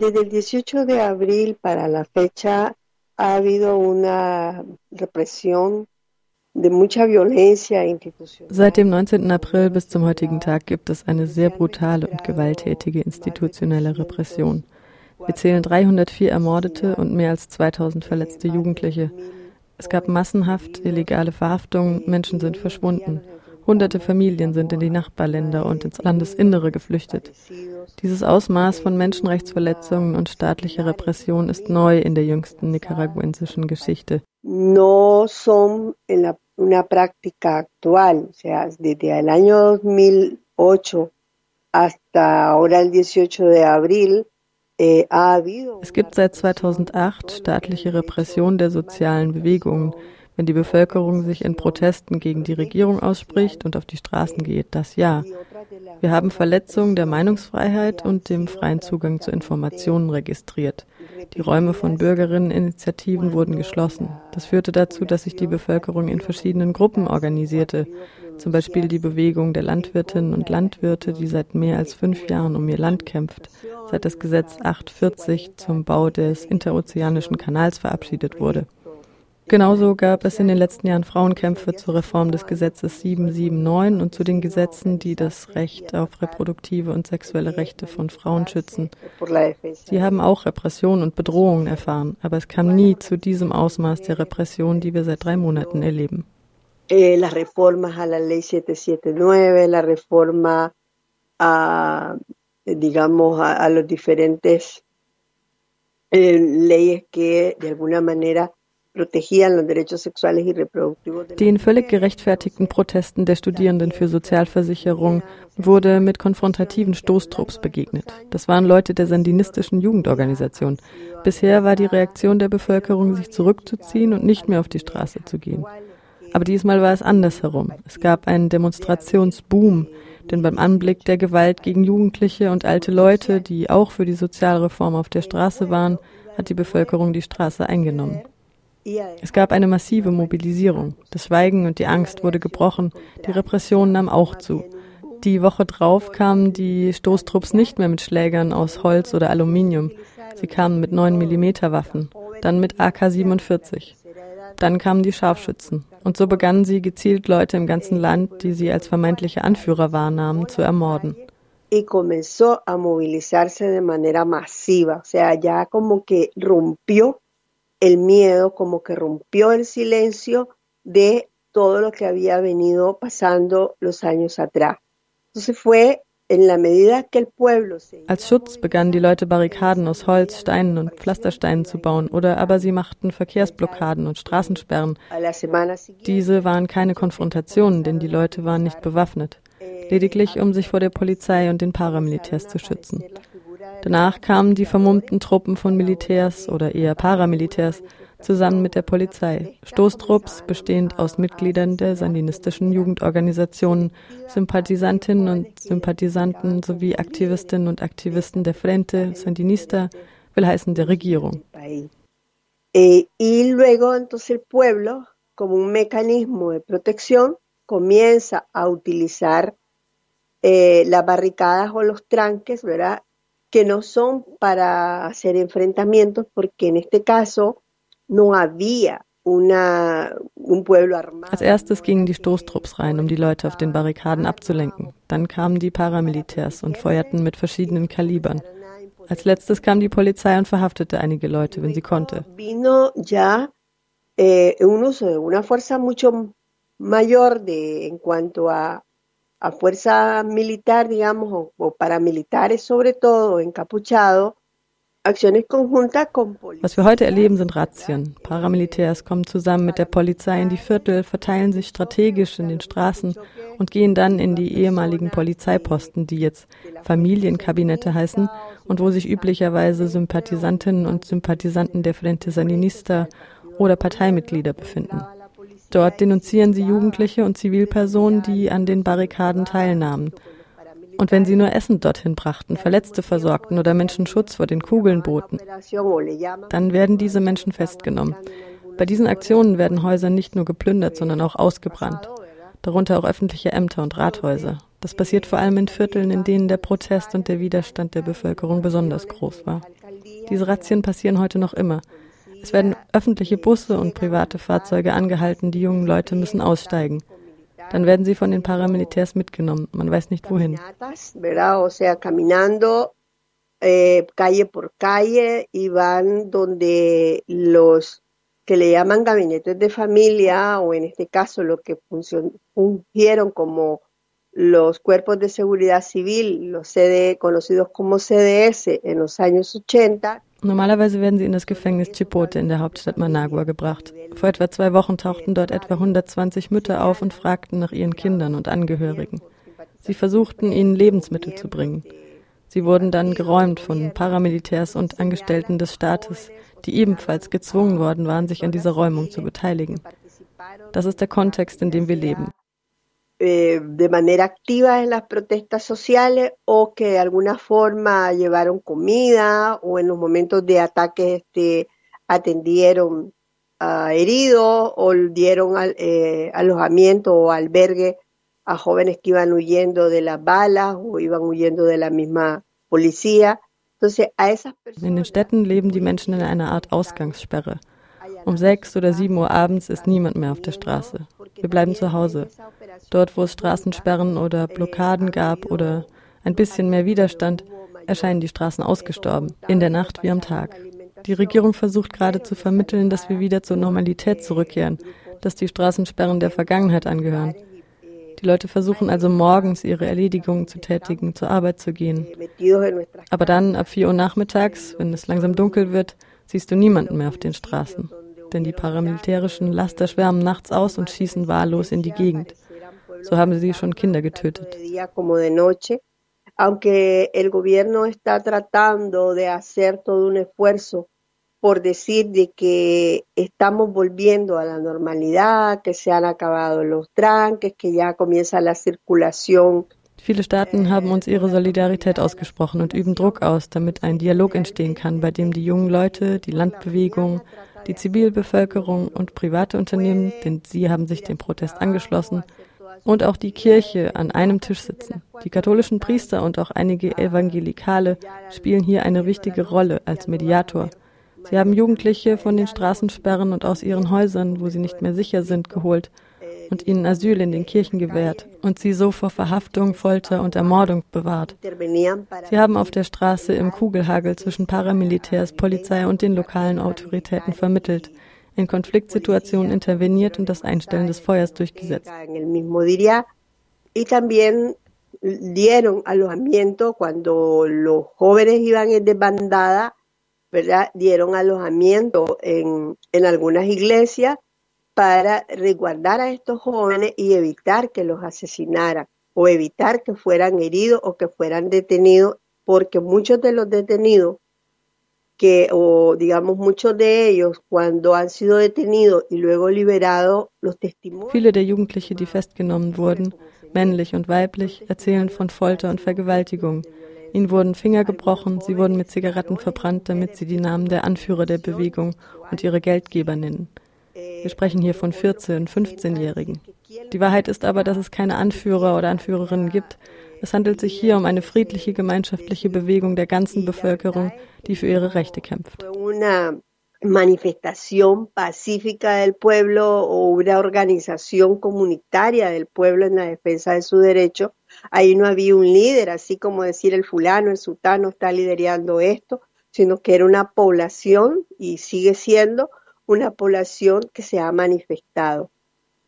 Desde el 18 de abril para la fecha ha habido una represión de mucha violencia institucional. Seit dem 19. April bis zum heutigen Tag gibt es eine sehr brutale und gewalttätige institutionelle Repression. Wir zählen 304 Ermordete und mehr als 2000 verletzte Jugendliche. Es gab massenhaft illegale Verhaftungen, Menschen sind verschwunden. Hunderte Familien sind in die Nachbarländer und ins Landesinnere geflüchtet. Dieses Ausmaß von Menschenrechtsverletzungen und staatlicher Repression ist neu in der jüngsten nicaraguensischen Geschichte. No son una práctica actual, o sea, desde el año 2008 hasta ahora el 18 de abril ha habido. Es gibt seit 2008 staatliche Repression der sozialen Bewegungen. Wenn die Bevölkerung sich in Protesten gegen die Regierung ausspricht und auf die Straßen geht, das ja. Wir haben Verletzungen der Meinungsfreiheit und dem freien Zugang zu Informationen registriert. Die Räume von Bürgerinneninitiativen wurden geschlossen. Das führte dazu, dass sich die Bevölkerung in verschiedenen Gruppen organisierte. Zum Beispiel die Bewegung der Landwirtinnen und Landwirte, die seit mehr als 5 Jahren um ihr Land kämpft, seit das Gesetz 840 zum Bau des Interozeanischen Kanals verabschiedet wurde. Genauso gab es in den letzten Jahren Frauenkämpfe zur Reform des Gesetzes 779 und zu den Gesetzen, die das Recht auf reproduktive und sexuelle Rechte von Frauen schützen. Sie haben auch Repression und Bedrohungen erfahren, aber es kam nie zu diesem Ausmaß der Repression, die wir seit 3 Monaten erleben. Las reformas a la ley 779, la reforma a los diferentes leyes que de alguna manera den völlig gerechtfertigten Protesten der Studierenden für Sozialversicherung wurde mit konfrontativen Stoßtrupps begegnet. Das waren Leute der sandinistischen Jugendorganisation. Bisher war die Reaktion der Bevölkerung, sich zurückzuziehen und nicht mehr auf die Straße zu gehen. Aber diesmal war es andersherum. Es gab einen Demonstrationsboom, denn beim Anblick der Gewalt gegen Jugendliche und alte Leute, die auch für die Sozialreform auf der Straße waren, hat die Bevölkerung die Straße eingenommen. Es gab eine massive Mobilisierung. Das Schweigen und die Angst wurde gebrochen. Die Repression nahm auch zu. Die Woche drauf kamen die Stoßtrupps nicht mehr mit Schlägern aus Holz oder Aluminium. Sie kamen mit 9mm Waffen, dann mit AK-47. Dann kamen die Scharfschützen. Und so begannen sie gezielt Leute im ganzen Land, die sie als vermeintliche Anführer wahrnahmen, zu ermorden. Y comenzó a movilizarse de manera masiva, o sea, ya como que rompió el miedo, como que rompió el silencio de todo lo que había venido pasando los años atrás. Entonces fue en la medida que el pueblo se... Als Schutz begannen die Leute Barrikaden aus Holz, Steinen und Pflastersteinen zu bauen oder aber sie machten Verkehrsblockaden und Straßensperren. Diese waren keine Konfrontationen, denn die Leute waren nicht bewaffnet. Lediglich, um sich vor der Polizei und den Paramilitärs zu schützen. Danach kamen die vermummten Truppen von Militärs oder eher Paramilitärs zusammen mit der Polizei. Stoßtrupps, bestehend aus Mitgliedern der sandinistischen Jugendorganisationen, Sympathisantinnen und Sympathisanten sowie Aktivistinnen und Aktivisten der Frente Sandinista, will heißen der Regierung. Y luego entonces el pueblo, como un mecanismo de protección, comienza a utilizar las barricadas o los tranques, ¿verdad? Que no son para hacer enfrentamientos, porque en este caso no había un pueblo armado. Als erstes gingen die Stoßtrupps rein, um die Leute auf den Barrikaden abzulenken. Dann kamen die Paramilitärs und feuerten mit verschiedenen Kalibern. Als letztes kam die Polizei und verhaftete einige Leute, wenn sie konnte. Vino ya un uso de una fuerza mucho mayor en cuanto a fuerza militar, digamos, o paramilitares sobre todo, encapuchado, acciones conjuntas con policía. Was wir heute erleben, sind Razzien. Paramilitärs kommen zusammen mit der Polizei in die Viertel, verteilen sich strategisch in den Straßen und gehen dann in die ehemaligen Polizeiposten, die jetzt Familienkabinette heißen und wo sich üblicherweise Sympathisantinnen und Sympathisanten der Frente Sandinista oder Parteimitglieder befinden. Dort denunzieren sie Jugendliche und Zivilpersonen, die an den Barrikaden teilnahmen. Und wenn sie nur Essen dorthin brachten, Verletzte versorgten oder Menschen Schutz vor den Kugeln boten, dann werden diese Menschen festgenommen. Bei diesen Aktionen werden Häuser nicht nur geplündert, sondern auch ausgebrannt. Darunter auch öffentliche Ämter und Rathäuser. Das passiert vor allem in Vierteln, in denen der Protest und der Widerstand der Bevölkerung besonders groß war. Diese Razzien passieren heute noch immer. Es werden öffentliche Busse und private Fahrzeuge angehalten, die jungen Leute müssen aussteigen. Dann werden sie von den Paramilitärs mitgenommen, man weiß nicht wohin. Calle por calle y van donde los que le llaman gabinetes de familia o en este caso lo que fungieron como los cuerpos de seguridad civil, los conocidos como CDS en los años 80. Normalerweise werden sie in das Gefängnis Chipote in der Hauptstadt Managua gebracht. Vor etwa 2 Wochen tauchten dort etwa 120 Mütter auf und fragten nach ihren Kindern und Angehörigen. Sie versuchten, ihnen Lebensmittel zu bringen. Sie wurden dann geräumt von Paramilitärs und Angestellten des Staates, die ebenfalls gezwungen worden waren, sich an dieser Räumung zu beteiligen. Das ist der Kontext, in dem wir leben. De manera activa en las protestas sociales o que de alguna forma llevaron comida o en los momentos de ataques atendieron a heridos o dieron alojamiento o albergue a jóvenes que iban huyendo de las balas o iban huyendo de la misma policía. Entonces, a esas personas. In den Städten leben die Menschen in einer Art Ausgangssperre. Um 6 oder 7 Uhr abends ist niemand mehr auf der Straße. Wir bleiben zu Hause. Dort, wo es Straßensperren oder Blockaden gab oder ein bisschen mehr Widerstand, erscheinen die Straßen ausgestorben, in der Nacht wie am Tag. Die Regierung versucht gerade zu vermitteln, dass wir wieder zur Normalität zurückkehren, dass die Straßensperren der Vergangenheit angehören. Die Leute versuchen also morgens ihre Erledigungen zu tätigen, zur Arbeit zu gehen. Aber dann, ab 4 Uhr nachmittags, wenn es langsam dunkel wird, siehst du niemanden mehr auf den Straßen. Denn die paramilitärischen Laster schwärmen nachts aus und schießen wahllos in die Gegend. So haben sie schon Kinder getötet. Aunque el gobierno está tratando de hacer todo un esfuerzo por decir de que estamos volviendo a la normalidad, que se han acabado los tranques, que ya comienza la circulación. Viele Staaten haben uns ihre Solidarität ausgesprochen und üben Druck aus, damit ein Dialog entstehen kann, bei dem die jungen Leute, die Landbewegung, die Zivilbevölkerung und private Unternehmen, denn sie haben sich dem Protest angeschlossen, und auch die Kirche an einem Tisch sitzen. Die katholischen Priester und auch einige Evangelikale spielen hier eine wichtige Rolle als Mediator. Sie haben Jugendliche von den Straßensperren und aus ihren Häusern, wo sie nicht mehr sicher sind, geholt und ihnen Asyl in den Kirchen gewährt und sie so vor Verhaftung, Folter und Ermordung bewahrt. Sie haben auf der Straße im Kugelhagel zwischen Paramilitärs, Polizei und den lokalen Autoritäten vermittelt, in Konfliktsituationen interveniert und das Einstellen des Feuers durchgesetzt. Y también dieron alojamiento cuando los jóvenes iban en desbandada, ¿verdad? Dieron alojamiento en algunas iglesias para resguardar a estos jóvenes y evitar que los asesinaran o evitar que fueran heridos o que fueran detenidos, porque muchos de los detenidos muchos de ellos, cuando han sido detenidos y luego liberados, los testimonios. Viele der Jugendliche, die festgenommen wurden, männlich und weiblich, erzählen von Folter und Vergewaltigung. Ihnen wurden Finger gebrochen, sie wurden mit Zigaretten verbrannt, damit sie die Namen der Anführer der Bewegung und ihre Geldgeber nennen. Wir sprechen hier von 14-, 15-Jährigen. Die Wahrheit ist aber, dass es keine Anführer oder Anführerinnen gibt. Es handelt sich hier um eine friedliche, gemeinschaftliche Bewegung der ganzen Bevölkerung, die für ihre Rechte kämpft. Una manifestación pacífica del pueblo o una organización comunitaria del pueblo en la defensa de su derecho. Ahí no había un líder, así como decir el fulano, el sultano está liderando esto, sino que era una población y sigue siendo una población que se ha manifestado.